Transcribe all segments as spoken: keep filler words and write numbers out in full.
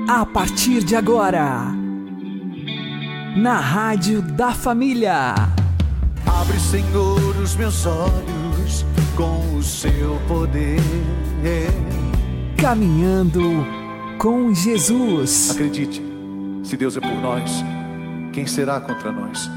A partir de agora, na Rádio da Família. Abre, Senhor, os meus olhos com o seu poder. Caminhando com Jesus. Acredite, se Deus é por nós, quem será contra nós?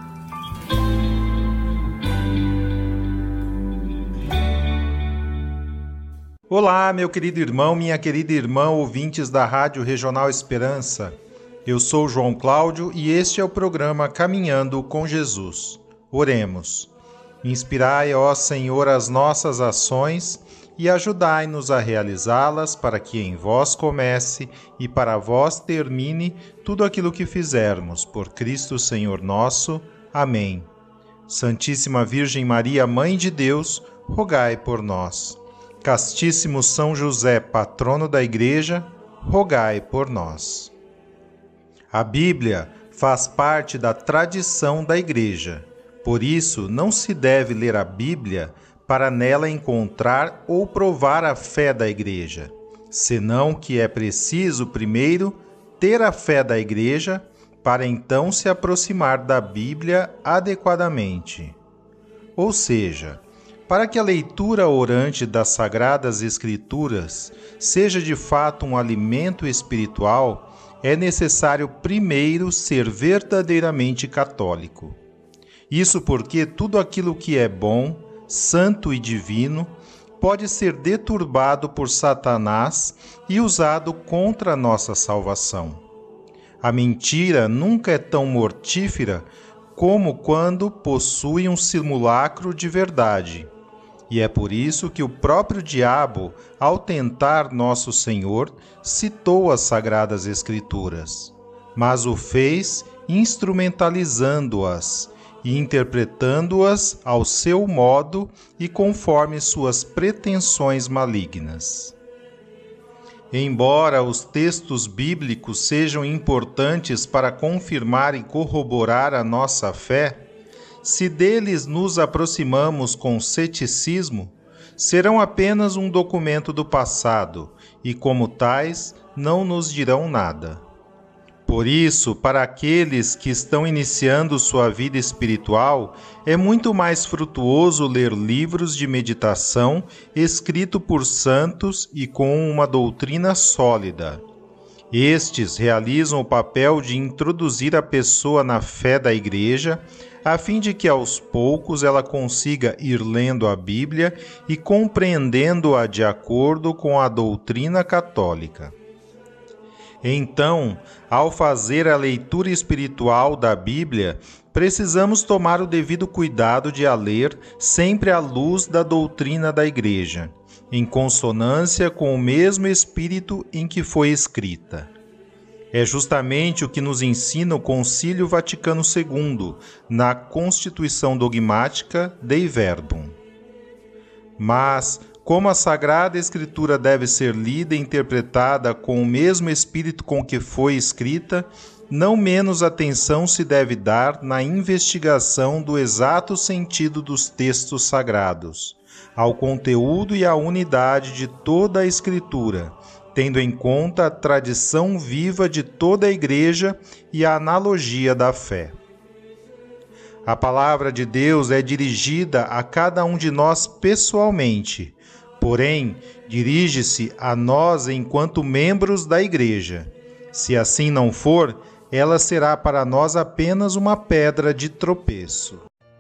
Olá, meu querido irmão, minha querida irmã, ouvintes da Rádio Regional Esperança. Eu sou João Cláudio e este é o programa Caminhando com Jesus. Oremos. Inspirai, ó Senhor, as nossas ações e ajudai-nos a realizá-las para que em vós comece e para vós termine tudo aquilo que fizermos. Por Cristo Senhor nosso. Amém. Santíssima Virgem Maria, Mãe de Deus, rogai por nós. Castíssimo São José, patrono da Igreja, rogai por nós. A Bíblia faz parte da tradição da Igreja. Por isso, não se deve ler a Bíblia para nela encontrar ou provar a fé da Igreja, senão que é preciso, primeiro, ter a fé da Igreja para então se aproximar da Bíblia adequadamente. Ou seja, para que a leitura orante das Sagradas Escrituras seja de fato um alimento espiritual, é necessário primeiro ser verdadeiramente católico. Isso porque tudo aquilo que é bom, santo e divino pode ser deturbado por Satanás e usado contra a nossa salvação. A mentira nunca é tão mortífera como quando possui um simulacro de verdade. E é por isso que o próprio diabo, ao tentar nosso Senhor, citou as Sagradas Escrituras, mas o fez instrumentalizando-as e interpretando-as ao seu modo e conforme suas pretensões malignas. Embora os textos bíblicos sejam importantes para confirmar e corroborar a nossa fé, se deles nos aproximamos com ceticismo, serão apenas um documento do passado e, como tais, não nos dirão nada. Por isso, para aqueles que estão iniciando sua vida espiritual, é muito mais frutuoso ler livros de meditação escritos por santos e com uma doutrina sólida. Estes realizam o papel de introduzir a pessoa na fé da Igreja, a fim de que aos poucos ela consiga ir lendo a Bíblia e compreendendo-a de acordo com a doutrina católica. Então, ao fazer a leitura espiritual da Bíblia, precisamos tomar o devido cuidado de a ler sempre à luz da doutrina da Igreja, em consonância com o mesmo espírito em que foi escrita. É justamente o que nos ensina o Concílio Vaticano segundo, na Constituição Dogmática Dei Verbum. Mas, como a Sagrada Escritura deve ser lida e interpretada com o mesmo espírito com que foi escrita, não menos atenção se deve dar na investigação do exato sentido dos textos sagrados, ao conteúdo e à unidade de toda a Escritura, tendo em conta a tradição viva de toda a Igreja e a analogia da fé. A palavra de Deus é dirigida a cada um de nós pessoalmente, porém, dirige-se a nós enquanto membros da Igreja. Se assim não for, ela será para nós apenas uma pedra de tropeço.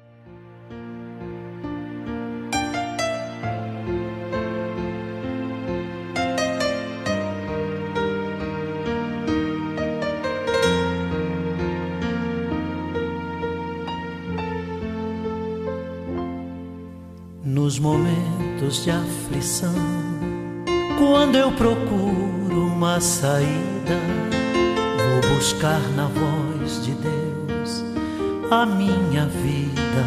Nos momentos de aflição, quando eu procuro uma saída, vou buscar na voz de Deus a minha vida.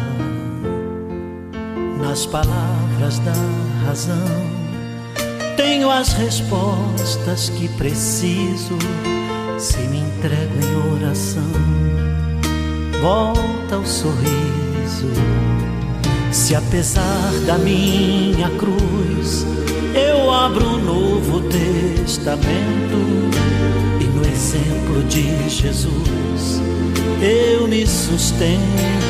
Nas palavras da razão, tenho as respostas que preciso. Se me entrego em oração, volta o sorriso. Se apesar da minha cruz eu abro o Novo Testamento e exemplo de Jesus eu me sustento.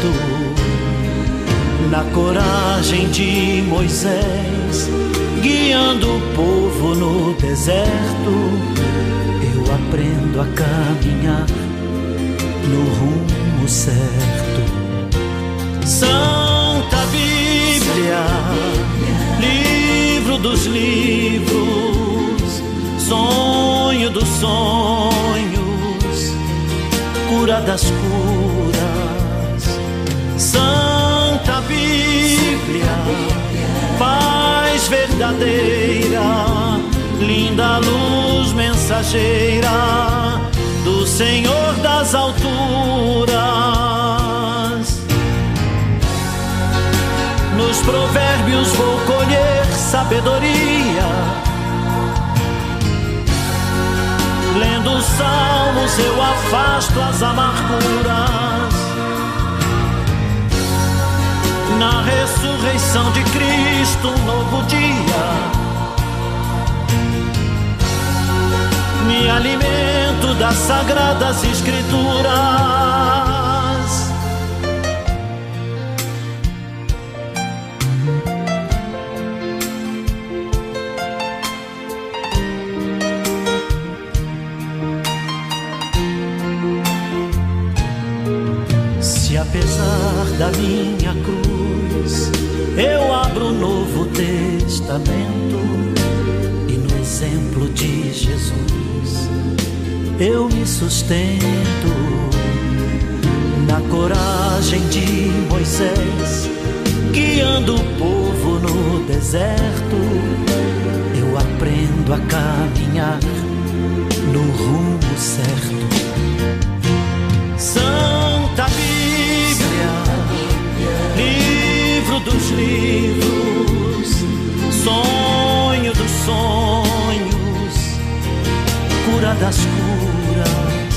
Na coragem de Moisés, guiando o povo no deserto, eu aprendo a caminhar no rumo certo. Santa Bíblia, livro dos livros, sonho dos sonhos, cura das curas. Santa Bíblia, paz verdadeira, linda luz mensageira do Senhor das alturas. Nos provérbios vou colher sabedoria, lendo os salmos eu afasto as amarguras. Na ressurreição de Cristo, um novo dia, me alimento das sagradas escrituras. Se apesar da minha cruz eu abro o Novo Testamento e no exemplo de Jesus eu me sustento. Na coragem de Moisés, guiando o povo no deserto, eu aprendo a caminhar no rumo certo. Santa Bíblia, livro dos livros, sonho dos sonhos, cura das curas.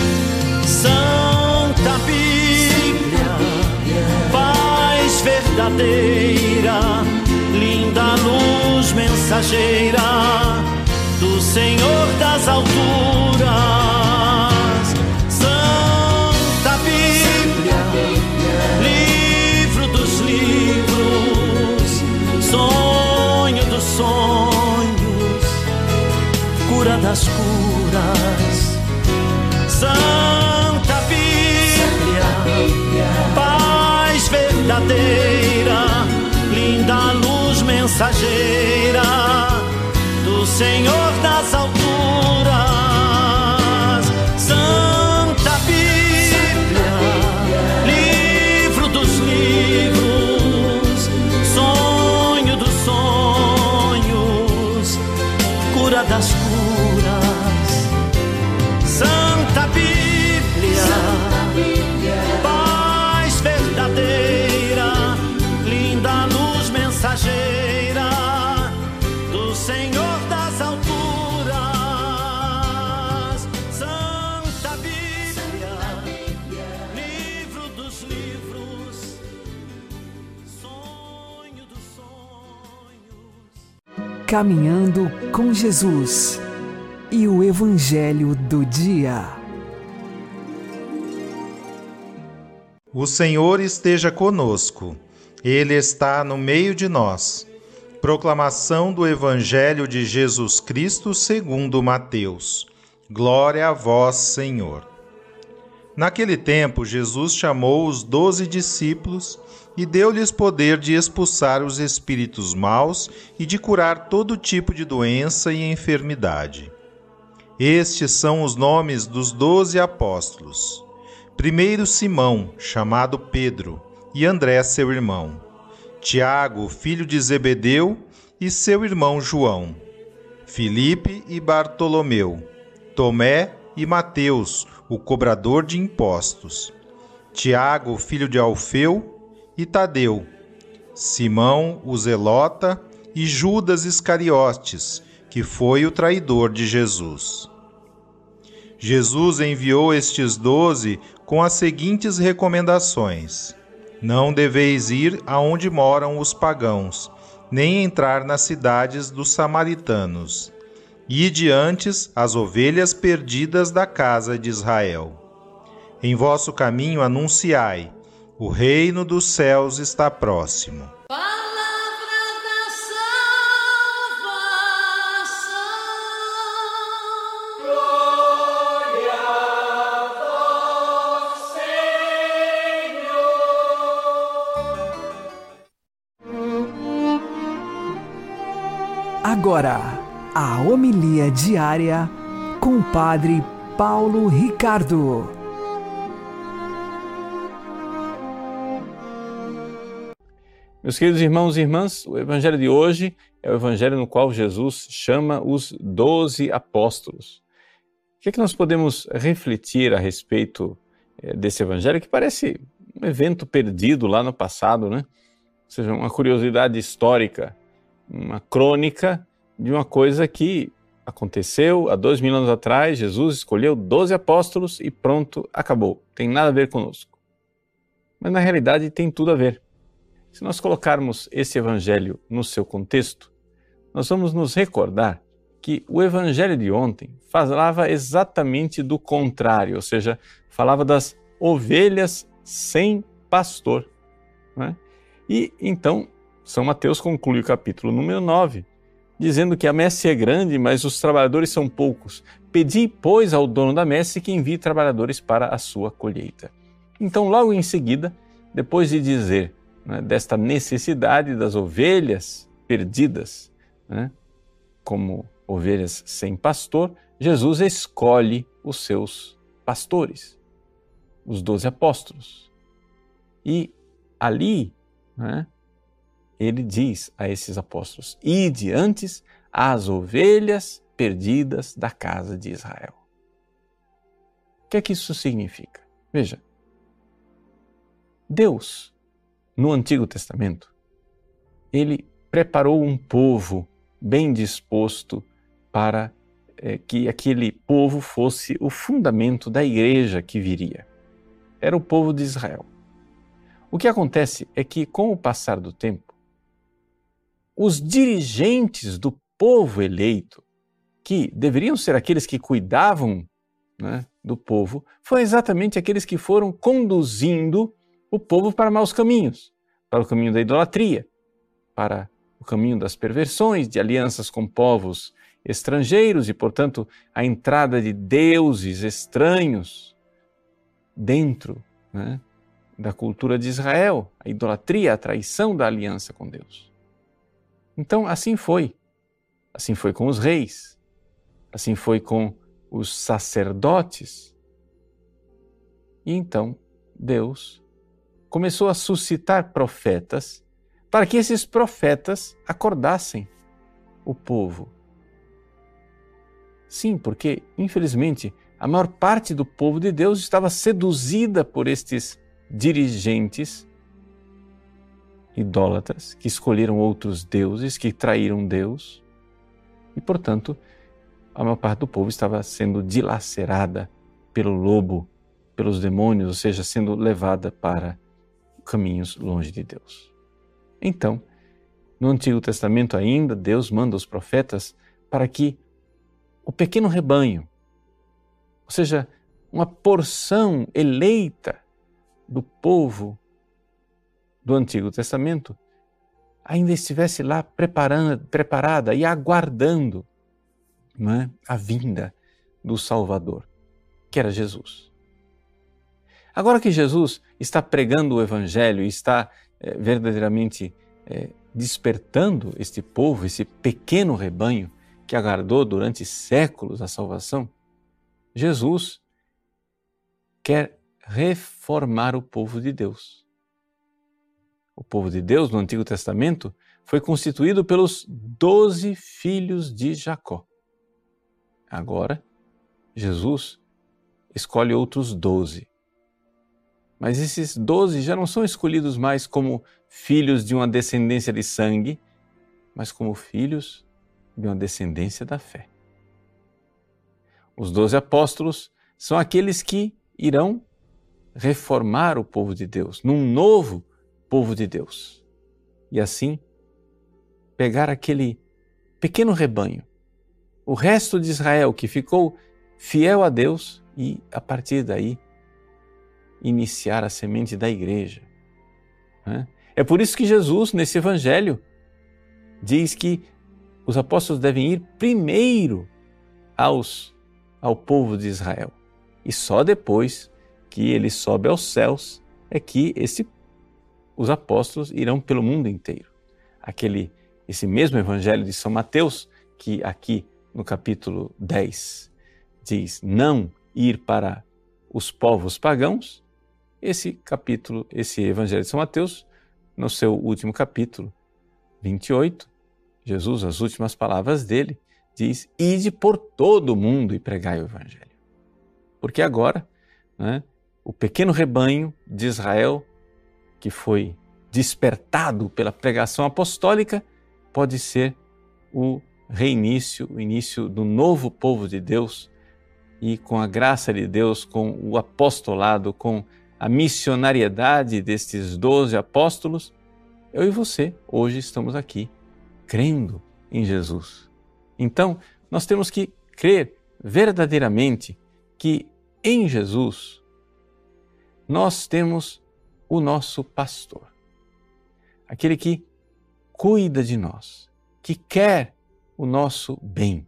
Santa Bíblia, paz verdadeira, linda luz mensageira do Senhor das alturas. Santa Bíblia, livro dos livros, sonho dos sonhos, cura das curas. Santa Bíblia, paz verdadeira, linda luz mensageira do Senhor das alturas. Santa Bíblia, livro dos livros, sonho dos sonhos, cura das curas. Santa Bíblia, paz verdadeira, linda luz mensageira do Senhor das alturas. Santa Bíblia, livro dos livros, sonho dos sonhos. Caminhando com Jesus e o Evangelho do Dia. O Senhor esteja conosco. Ele está no meio de nós. Proclamação do Evangelho de Jesus Cristo segundo Mateus. Glória a vós, Senhor. Naquele tempo, Jesus chamou os doze discípulos e deu-lhes poder de expulsar os espíritos maus e de curar todo tipo de doença e enfermidade. Estes são os nomes dos doze apóstolos. Primeiro Simão, chamado Pedro, e André, seu irmão. Tiago, filho de Zebedeu, e seu irmão João. Filipe e Bartolomeu. Tomé e Mateus, o cobrador de impostos. Tiago, filho de Alfeu, e Tadeu. Simão, o zelota, e Judas Iscariotes, que foi o traidor de Jesus. Jesus enviou estes doze com as seguintes recomendações: não deveis ir aonde moram os pagãos, nem entrar nas cidades dos samaritanos. Ide antes as ovelhas perdidas da casa de Israel. Em vosso caminho anunciai: o reino dos céus está próximo. Palavra da salvação. Glória a vós, Senhor. Agora, a homilia diária com o Padre Paulo Ricardo. Meus queridos irmãos e irmãs, o evangelho de hoje é o evangelho no qual Jesus chama os doze apóstolos. O que é que nós podemos refletir a respeito desse evangelho, que parece um evento perdido lá no passado, né? Ou seja, uma curiosidade histórica, uma crônica de uma coisa que aconteceu há dois mil anos atrás. Jesus escolheu doze apóstolos e pronto, acabou. Tem nada a ver conosco. Mas na realidade tem tudo a ver. Se nós colocarmos esse evangelho no seu contexto, nós vamos nos recordar que o evangelho de ontem falava exatamente do contrário, ou seja, falava das ovelhas sem pastor, né? E então, São Mateus conclui o capítulo número nove, dizendo que a messe é grande, mas os trabalhadores são poucos. Pedi, pois, ao dono da messe que envie trabalhadores para a sua colheita. Então, logo em seguida, depois de dizer, né, desta necessidade das ovelhas perdidas, né, como ovelhas sem pastor, Jesus escolhe os seus pastores, os doze apóstolos. E ali, né, ele diz a esses apóstolos: ide antes às ovelhas perdidas da casa de Israel. O que é que isso significa? Veja, Deus, no Antigo Testamento, ele preparou um povo bem disposto para é, que aquele povo fosse o fundamento da igreja que viria. Era o povo de Israel. O que acontece é que, com o passar do tempo, os dirigentes do povo eleito, que deveriam ser aqueles que cuidavam, né, do povo, foram exatamente aqueles que foram conduzindo o povo para maus caminhos, para o caminho da idolatria, para o caminho das perversões, de alianças com povos estrangeiros e, portanto, a entrada de deuses estranhos dentro, né, da cultura de Israel, a idolatria, a traição da aliança com Deus. Então, assim foi. Assim foi com os reis, assim foi com os sacerdotes. E então, Deus começou a suscitar profetas para que esses profetas acordassem o povo. Sim, porque, infelizmente, a maior parte do povo de Deus estava seduzida por estes dirigentes idólatras que escolheram outros deuses, que traíram Deus e, portanto, a maior parte do povo estava sendo dilacerada pelo lobo, pelos demônios, ou seja, sendo levada para caminhos longe de Deus. Então, no Antigo Testamento ainda, Deus manda os profetas para que o pequeno rebanho, ou seja, uma porção eleita do povo do Antigo Testamento, ainda estivesse lá preparando, preparada e aguardando, não é, a vinda do Salvador, que era Jesus. Agora que Jesus está pregando o Evangelho e está é, verdadeiramente é, despertando este povo, esse pequeno rebanho que aguardou durante séculos a salvação, Jesus quer reformar o povo de Deus. O povo de Deus no Antigo Testamento foi constituído pelos doze filhos de Jacó. Agora, Jesus escolhe outros doze. Mas esses doze já não são escolhidos mais como filhos de uma descendência de sangue, mas como filhos de uma descendência da fé. Os doze apóstolos são aqueles que irão reformar o povo de Deus, num novo povo de Deus. E assim, pegar aquele pequeno rebanho o resto de Israel que ficou fiel a Deus e, a partir daí, iniciar a semente da igreja. É por isso que Jesus, nesse evangelho, diz que os apóstolos devem ir primeiro aos, ao povo de Israel. E só depois que ele sobe aos céus é que esse, os apóstolos irão pelo mundo inteiro. Aquele, esse mesmo evangelho de São Mateus, que aqui no capítulo dez diz não ir para os povos pagãos, esse capítulo, esse evangelho de São Mateus, no seu último capítulo, vinte e oito, Jesus, as últimas palavras dele, diz: ide por todo o mundo e pregai o evangelho. Porque agora, né, o pequeno rebanho de Israel, que foi despertado pela pregação apostólica, pode ser o reinício, o início do novo povo de Deus, e com a graça de Deus, com o apostolado, com a missionariedade destes doze apóstolos, eu e você hoje estamos aqui, crendo em Jesus. Então, nós temos que crer verdadeiramente que em Jesus nós temos o nosso pastor, aquele que cuida de nós, que quer o nosso bem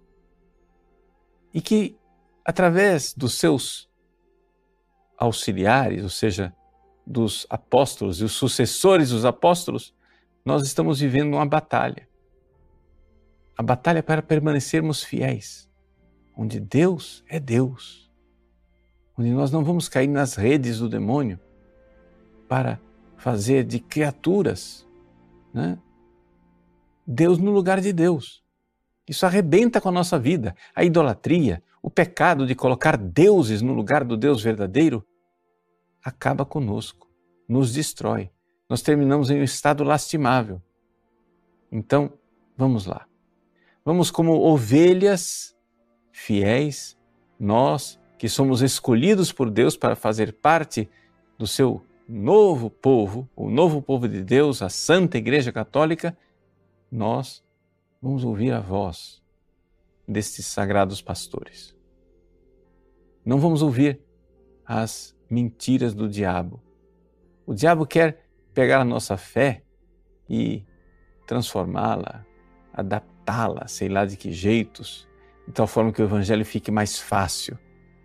e que, através dos seus auxiliares, ou seja, dos apóstolos e os sucessores dos apóstolos, nós estamos vivendo uma batalha. A batalha para permanecermos fiéis, onde Deus é Deus, onde nós não vamos cair nas redes do demônio para fazer de criaturas, né, Deus no lugar de Deus. Isso arrebenta com a nossa vida. A idolatria, o pecado de colocar deuses no lugar do Deus verdadeiro, acaba conosco, nos destrói. Nós terminamos em um estado lastimável. Então, vamos lá. Vamos como ovelhas fiéis, nós que somos escolhidos por Deus para fazer parte do seu novo povo, o novo povo de Deus, a Santa Igreja Católica, nós vamos ouvir a voz destes sagrados pastores. Não vamos ouvir as mentiras do diabo. O diabo quer pegar a nossa fé e transformá-la, adaptá-la, sei lá de que jeitos, de tal forma que o evangelho fique mais fácil.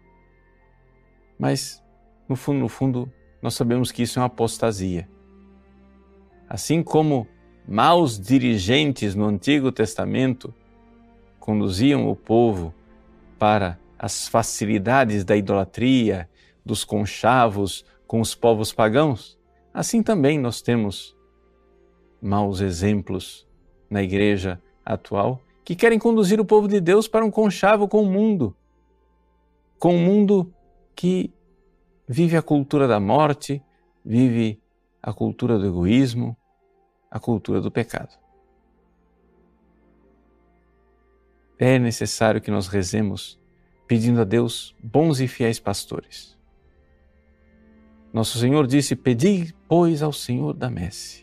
Mas, no fundo, no fundo, nós sabemos que isso é uma apostasia. Assim como maus dirigentes no Antigo Testamento conduziam o povo para as facilidades da idolatria, dos conchavos com os povos pagãos, assim também nós temos maus exemplos na igreja atual que querem conduzir o povo de Deus para um conchavo com o mundo, com um mundo que vive a cultura da morte, vive a cultura do egoísmo, a cultura do pecado. É necessário que nós rezemos pedindo a Deus bons e fiéis pastores. Nosso Senhor disse: pedi, pois, ao Senhor da messe.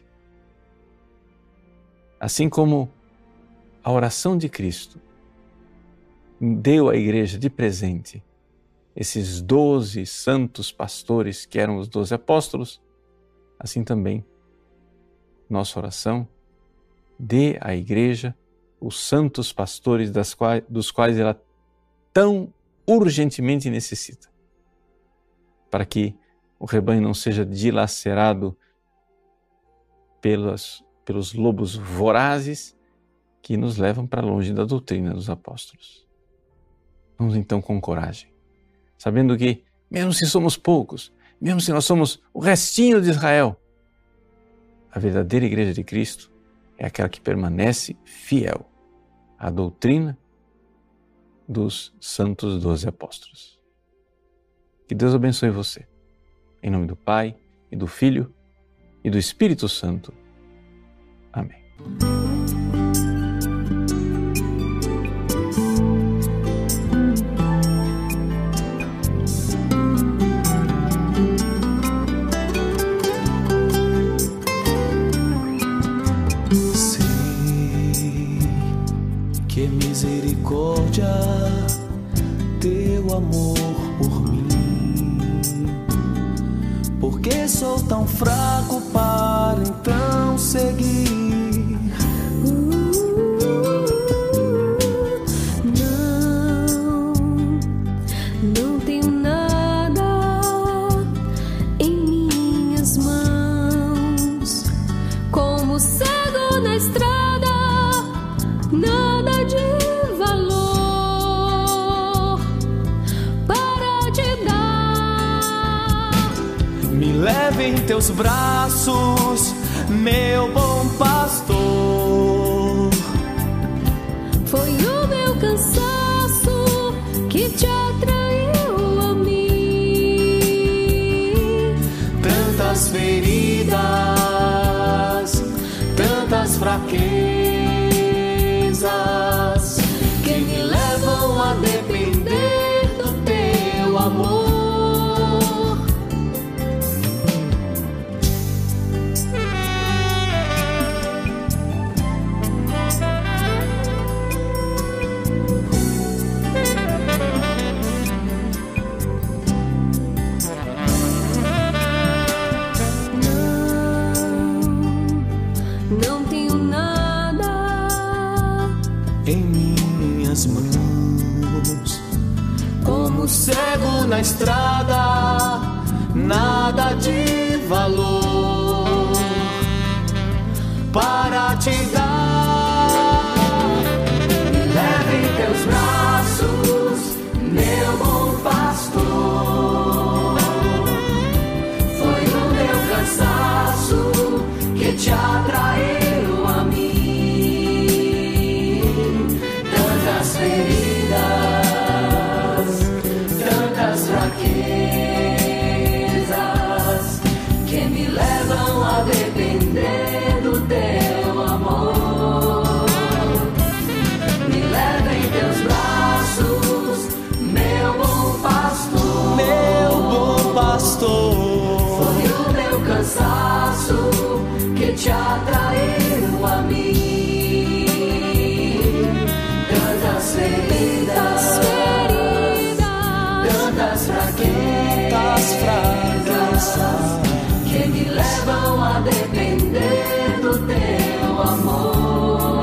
Assim como a oração de Cristo deu à igreja de presente esses doze santos pastores que eram os doze apóstolos, assim também nossa oração dê à igreja os santos pastores das quais, dos quais ela tão urgentemente necessita, para que o rebanho não seja dilacerado pelos, pelos lobos vorazes que nos levam para longe da doutrina dos apóstolos. Vamos então com coragem, sabendo que, mesmo se somos poucos, mesmo se nós somos o restinho de Israel, a verdadeira Igreja de Cristo é aquela que permanece fiel à doutrina dos santos doze apóstolos. Que Deus abençoe você. Em nome do Pai, e do Filho, e do Espírito Santo. Amém. Sei que misericórdia amor por mim. Porque sou tão fraco para então seguir. Não, não tenho nada em minhas mãos, como cego na estrada, nada de valor para te dar. Me leve em teus braços, meu bom pastor. Foi o meu cansaço que te atraiu a mim. Tantas feridas, tantas fraquezas que me levam a depender do teu amor. Não tenho nada Em minhas mãos, como cego na estrada, nada de valor para te dar. Me leve em teus braços, meu bom pastor. Foi o meu cansaço que te atraiu a mim. Tantas feridas, tantas fraquezas que me levam a depender do teu amor. Me leva em teus braços, meu bom pastor. Meu bom pastor. Foi o meu cansaço que te atraiu a mim. Tantas feridas, tantas fraquezas que me levam a depender do teu amor.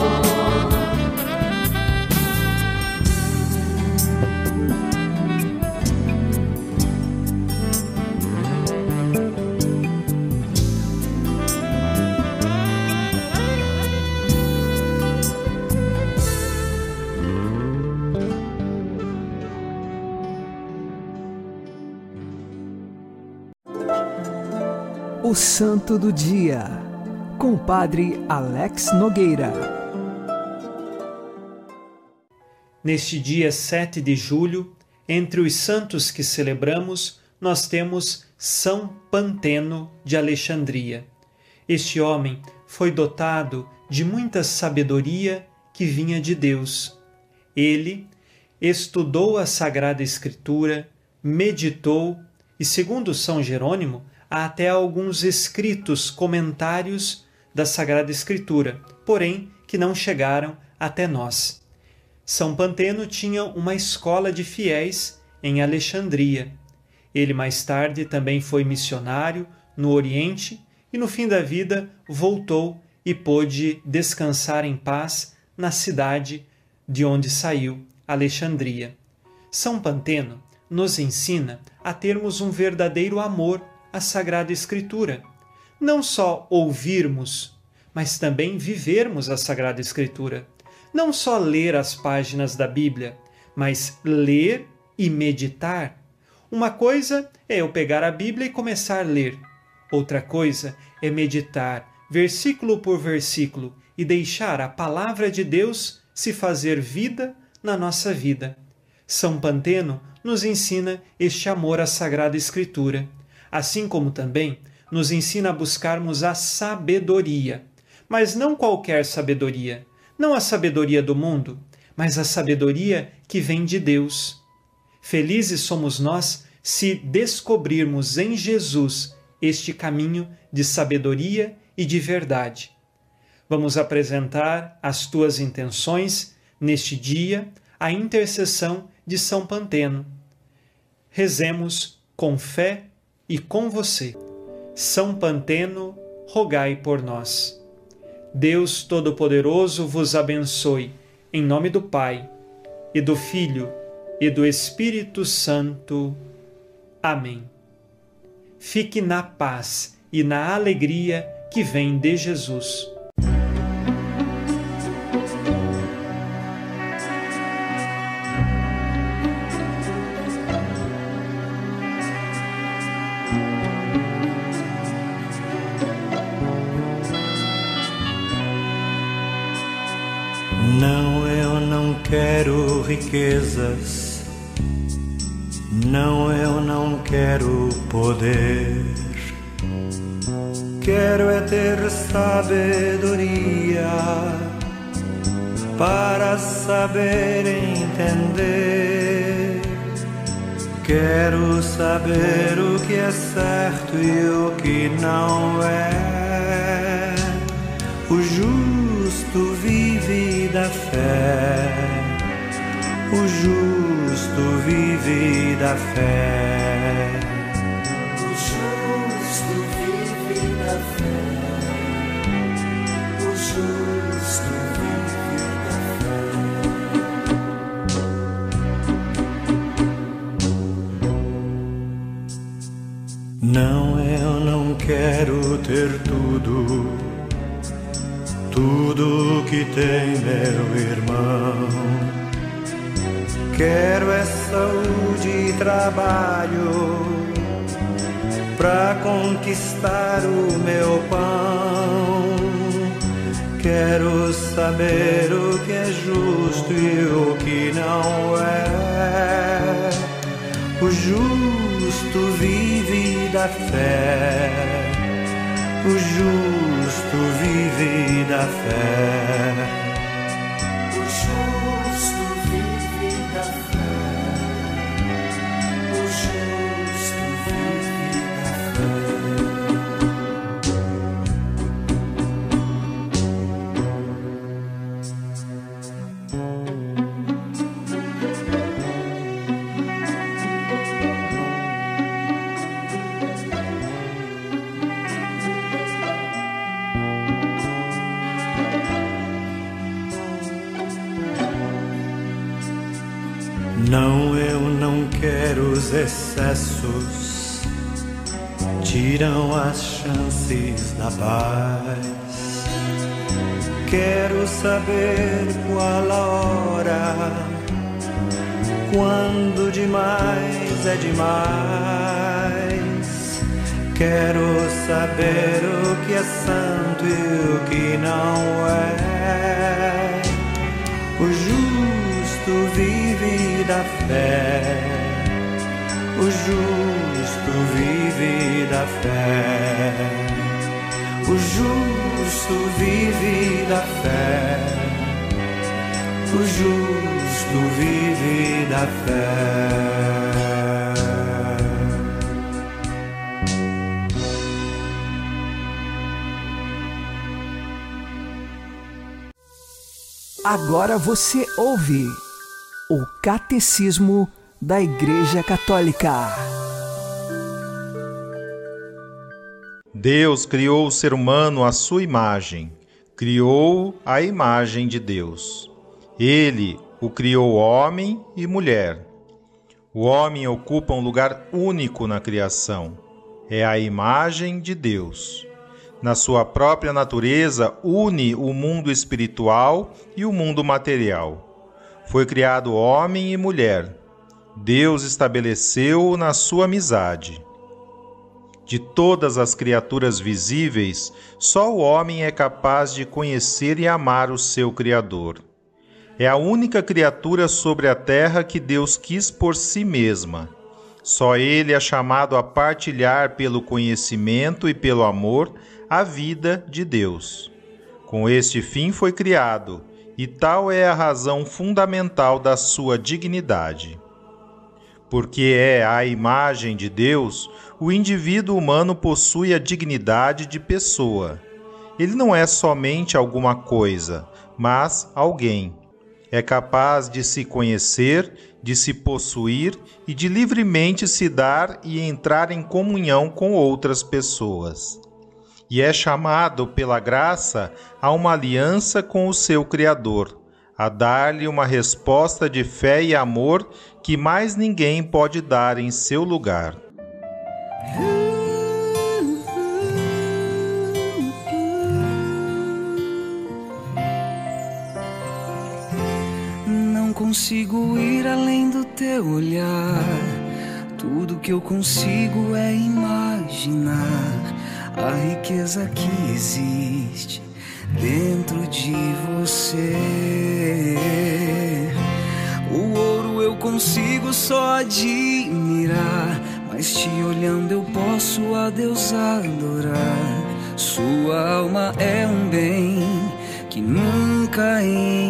O Santo do Dia, com o Padre Alex Nogueira. Neste dia sete de julho, entre os santos que celebramos, nós temos São Panteno de Alexandria. Este homem foi dotado de muita sabedoria que vinha de Deus. Ele estudou a Sagrada Escritura, meditou e, segundo São Jerônimo, há até alguns escritos, comentários da Sagrada Escritura, porém que não chegaram até nós. São Panteno tinha uma escola de fiéis em Alexandria. Ele mais tarde também foi missionário no Oriente e no fim da vida voltou e pôde descansar em paz na cidade de onde saiu, Alexandria. São Panteno nos ensina a termos um verdadeiro amor à Sagrada Escritura. Não só ouvirmos, mas também vivermos a Sagrada Escritura. Não só ler as páginas da Bíblia, mas ler e meditar. Uma coisa é eu pegar a Bíblia e começar a ler. Outra coisa é meditar, versículo por versículo, e deixar a palavra de Deus se fazer vida na nossa vida. São Panteno nos ensina este amor à Sagrada Escritura, assim como também nos ensina a buscarmos a sabedoria, mas não qualquer sabedoria, não a sabedoria do mundo, mas a sabedoria que vem de Deus. Felizes somos nós se descobrirmos em Jesus este caminho de sabedoria e de verdade. Vamos apresentar as tuas intenções neste dia, a intercessão de São Panteno. Rezemos com fé e com você. São Panteno, rogai por nós. Deus Todo-Poderoso vos abençoe, em nome do Pai, e do Filho, e do Espírito Santo. Amém. Fique na paz e na alegria que vem de Jesus. Não, eu não quero riquezas. Não, eu não quero poder. Quero é ter sabedoria para saber entender. Quero saber o que é certo e o que não é. O justo vive da fé. O justo vive da fé. O justo vive da fé. O justo vive da fé. Não, eu não quero ter tudo, tudo que tem meu irmão. Quero é saúde e trabalho pra conquistar o meu pão. Quero saber o que é justo e o que não é. O justo vive da fé. O justo vive da fé. O justo vive da fé. O justo vive da Não, eu não quero os excessos, tiram as chances da paz. Quero saber qual a hora, quando demais é demais. Quero saber o que é santo e o que não é. O justo vive da fé. O justo vive da fé. O justo vive da fé. O justo vive da fé. Agora você ouve o Catecismo da Igreja Católica. Deus criou o ser humano à sua imagem, criou a imagem de Deus. Ele o criou homem e mulher. O homem ocupa um lugar único na criação. É a imagem de Deus. Na sua própria natureza, une o mundo espiritual e o mundo material. Foi criado homem e mulher. Deus estabeleceu-o na sua amizade. De todas as criaturas visíveis, só o homem é capaz de conhecer e amar o seu Criador. É a única criatura sobre a terra que Deus quis por si mesma. Só ele é chamado a partilhar pelo conhecimento e pelo amor a vida de Deus. Com este fim foi criado, e tal é a razão fundamental da sua dignidade. Porque é a imagem de Deus, o indivíduo humano possui a dignidade de pessoa. Ele não é somente alguma coisa, mas alguém. é capaz de se conhecer, de se possuir e de livremente se dar e entrar em comunhão com outras pessoas. E é chamado pela graça a uma aliança com o seu Criador, a dar-lhe uma resposta de fé e amor que mais ninguém pode dar em seu lugar. Não consigo ir além do teu olhar. Tudo que eu consigo é imaginar a riqueza que existe dentro de você. O ouro eu consigo só admirar, mas te olhando eu posso a Deus adorar. Sua alma é um bem que nunca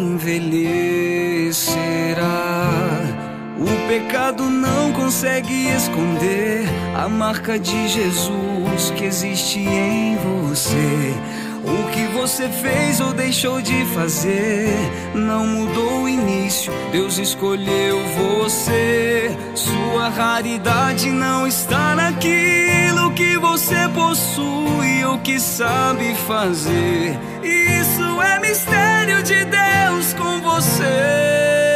envelhecerá. O pecado não consegue esconder a marca de Jesus que existe em você. O que você fez ou deixou de fazer não mudou o início, Deus escolheu você. Sua raridade não está naquilo que você possui ou que sabe fazer. Isso é mistério de Deus com você.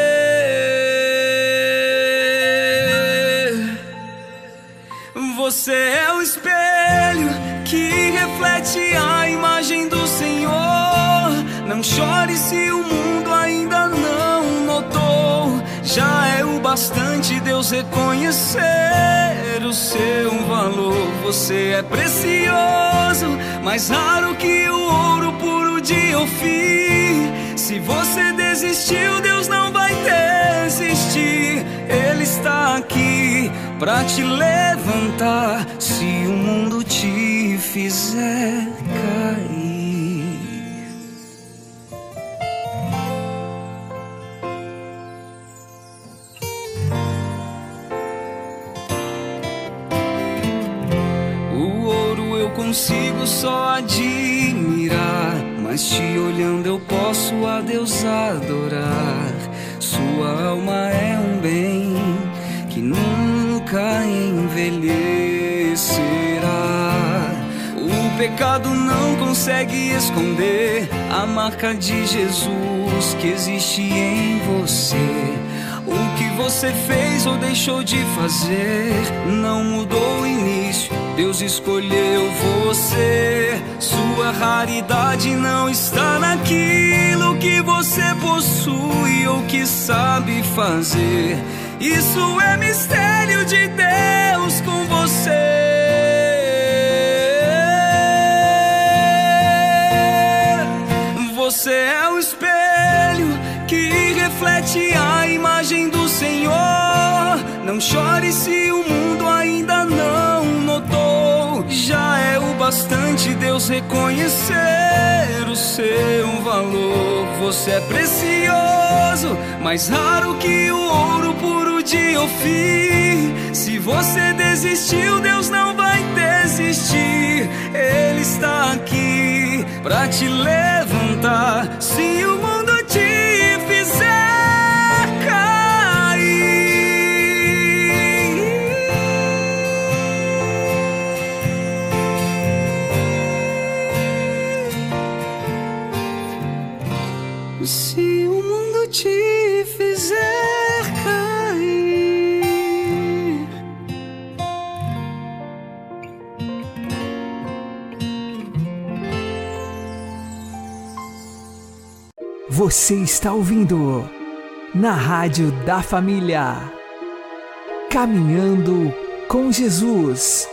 Você é o espelho que reflete a imagem do Senhor. Não chore se o mundo ainda não notou. Já é o bastante Deus reconhecer o seu valor. Você é precioso, mais raro que o ouro puro de Ofir. Se você desistiu, Deus não vai desistir. Ele está aqui pra te levantar se o mundo te fizer cair. O ouro eu consigo só admirar, mas te olhando eu posso a Deus adorar. Sua alma é um bem que nunca envelhecerá. O pecado não consegue esconder a marca de Jesus que existe em você. O que você fez ou deixou de fazer não mudou o início, Deus escolheu você. Sua raridade não está naquilo que você possui ou que sabe fazer. Isso é mistério de Deus com você. Você é o espelho que reflete a imagem do Senhor. Não chore se o mundo ainda não notou. Já é o bastante Deus reconhecer o seu valor. Você é precioso, mais raro que o ouro puro de Ofir. Se você desistiu, Deus não vai desistir. Ele está aqui pra te levantar se o mundo te fizer cair. Se o mundo te fizer cair. Você está ouvindo na Rádio da Família, Caminhando com Jesus.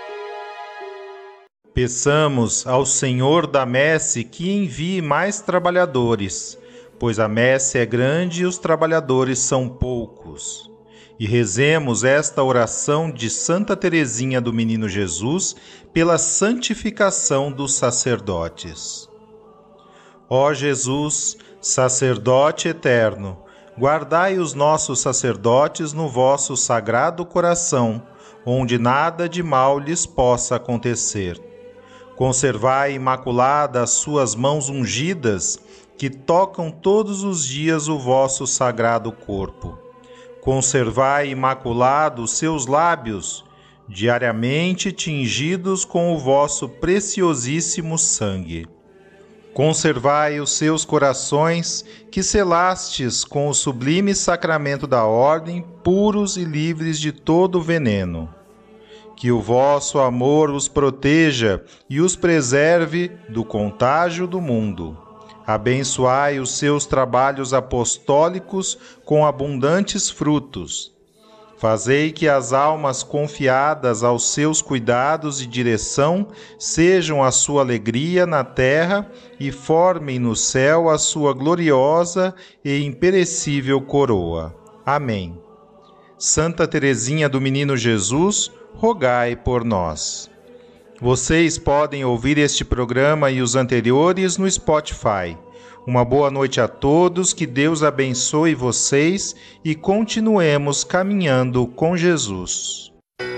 Peçamos ao Senhor da messe que envie mais trabalhadores, pois a messe é grande e os trabalhadores são poucos. E rezemos esta oração de Santa Teresinha do Menino Jesus pela santificação dos sacerdotes. Ó Jesus, sacerdote eterno, guardai os nossos sacerdotes no vosso sagrado coração, onde nada de mal lhes possa acontecer. Conservai imaculadas as suas mãos ungidas, que tocam todos os dias o vosso sagrado corpo. Conservai imaculados seus lábios, diariamente tingidos com o vosso preciosíssimo sangue. Conservai os seus corações, que selastes com o sublime sacramento da ordem, puros e livres de todo veneno. Que o vosso amor os proteja e os preserve do contágio do mundo. Abençoai os seus trabalhos apostólicos com abundantes frutos. Fazei que as almas confiadas aos seus cuidados e direção sejam a sua alegria na terra e formem no céu a sua gloriosa e imperecível coroa. Amém. Santa Teresinha do Menino Jesus, rogai por nós. Vocês podem ouvir este programa e os anteriores no Spotify. Uma boa noite a todos, que Deus abençoe vocês e continuemos caminhando com Jesus.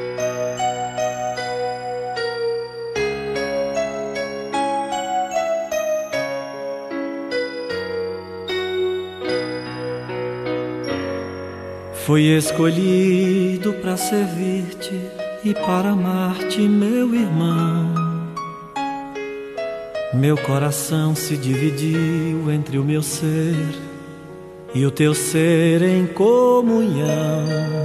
Fui escolhido para servir-te e para amar-te, meu irmão. Meu coração se dividiu entre o meu ser e o teu ser em comunhão.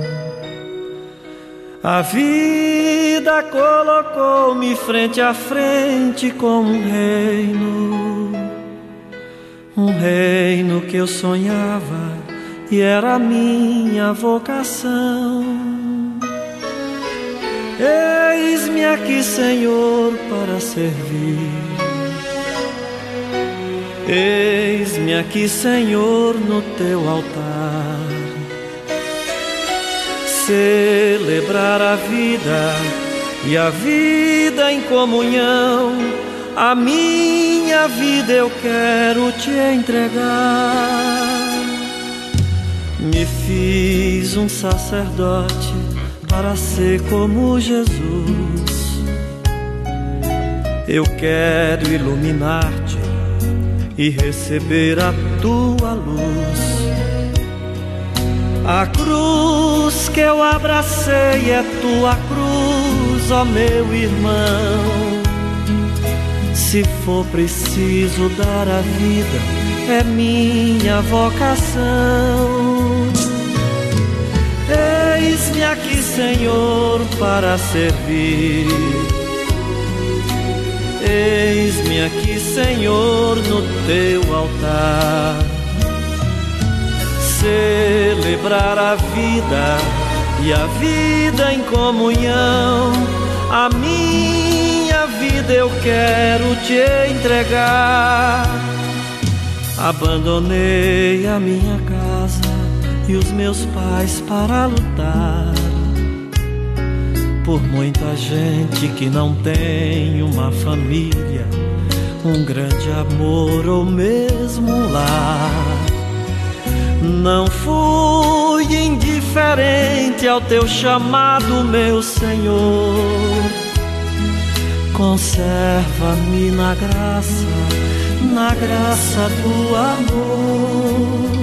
A vida colocou-me frente a frente com um reino, um reino que eu sonhava e era a minha vocação. Eis-me aqui, Senhor, para servir. Eis-me aqui, Senhor, no teu altar. Celebrar a vida e a vida em comunhão. A minha vida eu quero te entregar. Me fiz um sacerdote para ser como Jesus. Eu quero iluminar-te e receber a tua luz. A cruz que eu abracei é tua cruz, ó meu irmão. Se for preciso dar a vida, é minha vocação. Eis-me aqui, Senhor, para servir. Eis-me aqui, Senhor, no teu altar. Celebrar a vida e a vida em comunhão. A minha vida eu quero te entregar. Abandonei a minha casa e os meus pais para lutar por muita gente que não tem uma família, um grande amor ou mesmo um lar. Não fui indiferente ao teu chamado, meu Senhor. Conserva-me na graça, na graça do amor.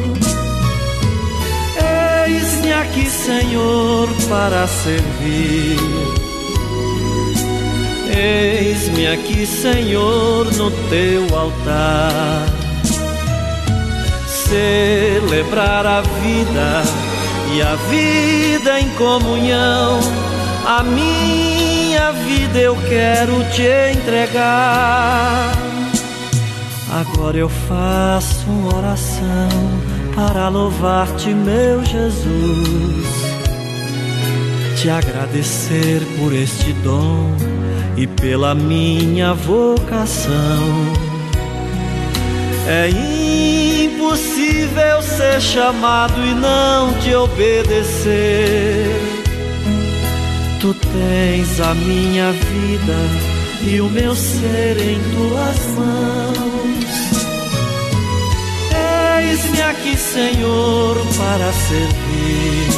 Eis-me aqui, Senhor, para servir. Eis-me aqui, Senhor, no teu altar. Celebrar a vida e a vida em comunhão. A minha vida eu quero te entregar. Agora eu faço uma oração para louvar-te, meu Jesus, te agradecer por este dom e pela minha vocação. É impossível ser chamado e não te obedecer. Tu tens a minha vida e o meu ser em tuas mãos. Eis-me aqui, Senhor, para servir.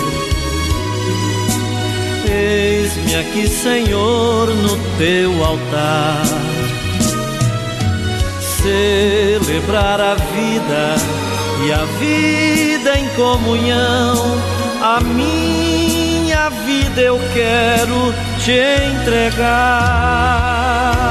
Eis-me aqui, Senhor, no teu altar. celebrar a vida e a vida em comunhão. A minha vida eu quero te entregar.